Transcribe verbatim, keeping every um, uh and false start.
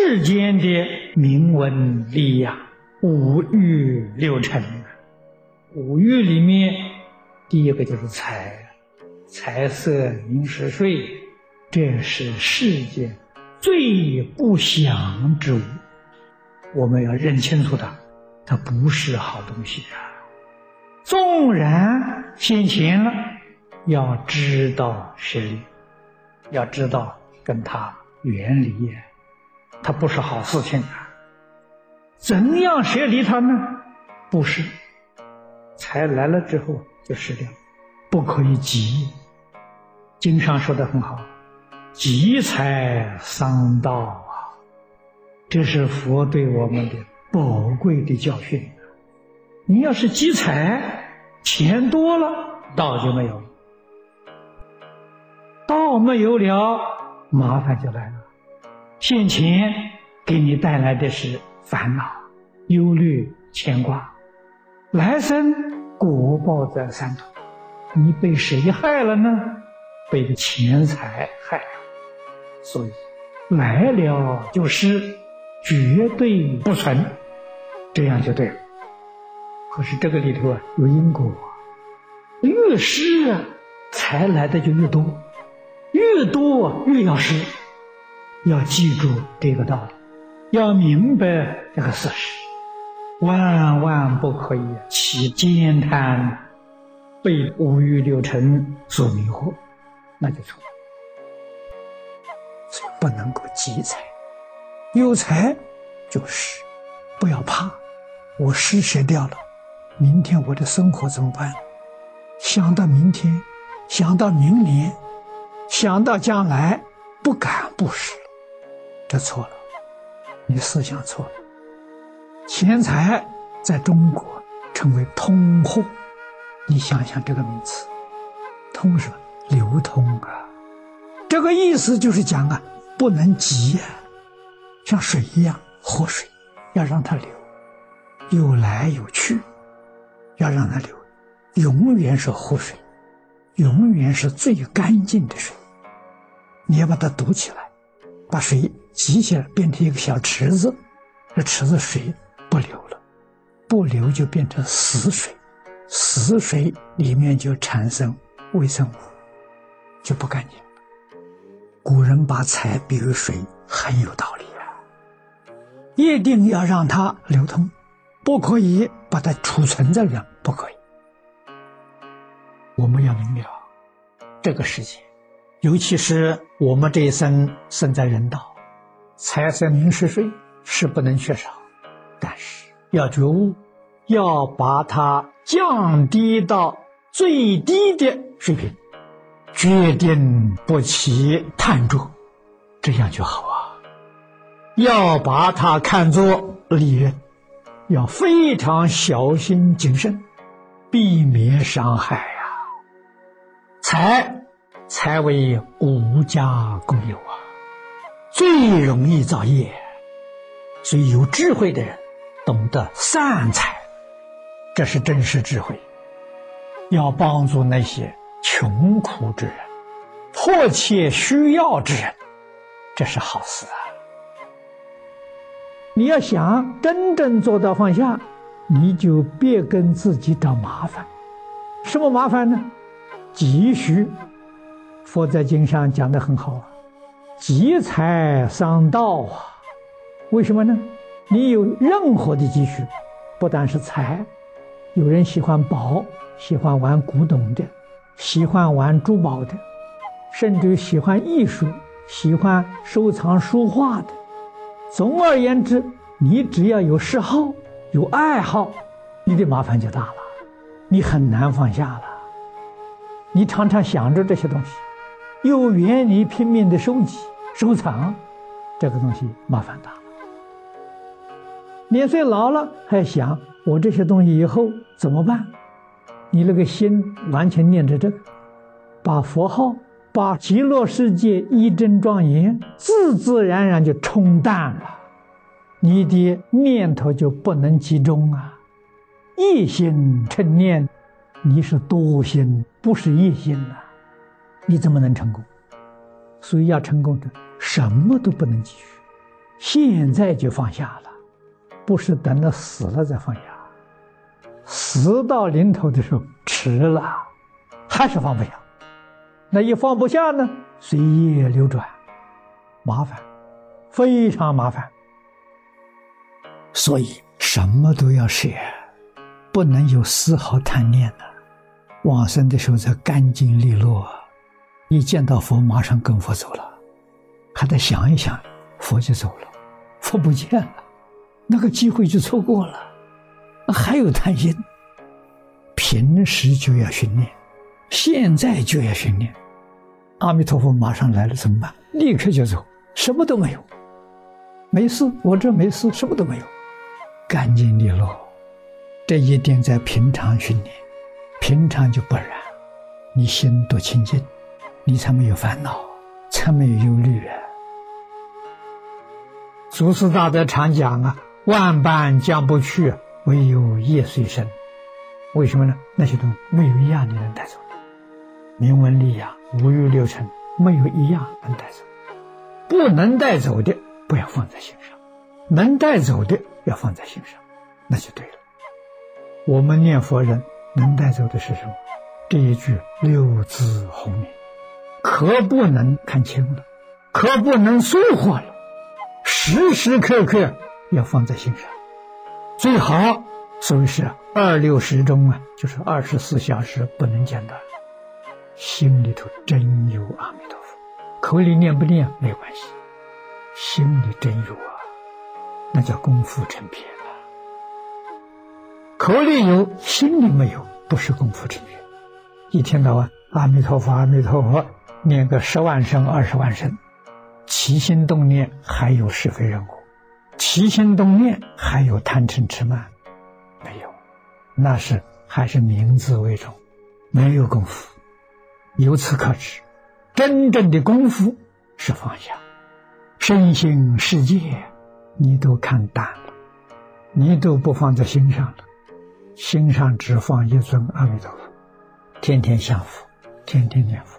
世间的名闻利养，五欲六尘。五欲里面，第一个就是财，财色名食睡，这是世间最不祥之物。我们要认清楚它，它不是好东西啊。纵然现前了，要知道实理，要知道跟它远离呀，它不是好事情啊。怎样舍离它呢？不是财来了之后就失掉，不可以急。经上说得很好，急财伤道啊，这是佛对我们的宝贵的教训。你要是积财，钱多了，道就没有了，道没有了，麻烦就来了。现前给你带来的是烦恼、忧虑、牵挂，来生果报在三途。你被谁害了呢？被钱财害了。所以来了就失，绝对不存，这样就对了。可是这个里头啊有因果，越失啊财来的就越多，越多越要失。要记住这个道理，要明白这个事实，万万不可以起奸贪，被五欲六尘所迷惑，那就错了。所以不能够积财，有财就是不要怕，我施舍掉了，明天我的生活怎么办？想到明天，想到明年，想到将来，不敢不施，这错了，你思想错了。钱财在中国称为通货，你想想这个名词，通是流通啊，这个意思就是讲啊，不能急啊，像水一样，活水要让它流，有来有去，要让它流，永远是活水，永远是最干净的水。你要把它堵起来，把水挤起来，变成一个小池子，这池子水不流了，不流就变成死水，死水里面就产生微生物，就不干净。古人把财比喻水很有道理啊，一定要让它流通，不可以把它储存在这，不可以。我们要明了这个世界，尤其是我们这一生生在人道，财色名食睡是不能缺少，但是要觉悟，要把它降低到最低的水平，决定不起贪着，这样就好啊。要把它看作利润，要非常小心谨慎，避免伤害啊。财财为国家公有啊，最容易造业，所以有智慧的人懂得善财，这是真实智慧。要帮助那些穷苦之人、迫切需要之人，这是好事啊。你要想真正做到放下，你就别跟自己找麻烦。什么麻烦呢？急需。佛在经上讲得很好啊，积财伤道啊。为什么呢？你有任何的积蓄，不但是财，有人喜欢宝，喜欢玩古董的，喜欢玩珠宝的，甚至喜欢艺术，喜欢收藏书画的。总而言之，你只要有嗜好，有爱好，你的麻烦就大了，你很难放下了。你常常想着这些东西，又愿你拼命的收集收藏，这个东西麻烦大了。年岁老了还想我这些东西以后怎么办？你那个心完全念着这个，把佛号，把极乐世界一真庄严自自然然就冲淡了，你的念头就不能集中啊。一心称念，你是多心，不是一心啊，你怎么能成功？所以要成功的，什么都不能继续， 现在就放下了，不是等到死了再放下。死到临头的时候迟了，还是放不下。那一放不下呢，随业流转，麻烦，非常麻烦。所以什么都要舍，不能有丝毫贪念的。往生的时候才干净利落，一见到佛马上跟佛走了，还得想一想，佛就走了，佛不见了，那个机会就错过了，还有贪心。平时就要训练，现在就要训练。阿弥陀佛马上来了怎么办？立刻就走，什么都没有，没事，我这没事，什么都没有，干净利落。这一定在平常训练，平常就不然，你心多清净，你才没有烦恼，才没有忧虑啊。祖师大德常讲啊，万般将不去，唯有业随身。为什么呢？那些东西没有一样你能带走的，名闻利养、五欲六尘，没有一样能带走。不能带走的不要放在心上，能带走的要放在心上，那就对了。我们念佛人能带走的是什么？这一句六字洪名，可不能看轻了，可不能疏忽了，时时刻刻要放在心上。最好所谓是二六时中啊，就是二十四小时不能间断，心里头真有阿弥陀佛，口里念不念没关系，心里真有啊，那叫功夫成片了。口里有，心里没有，不是功夫成片。一天到晚阿弥陀佛阿弥陀佛念个十万声二十万声，起心动念还有是非人我，起心动念还有贪嗔痴慢，没有，那是还是名字为重，没有功夫。由此可知，真正的功夫是放下，身心世界你都看淡了，你都不放在心上了，心上只放一尊阿弥陀佛，天天向佛，天天念佛。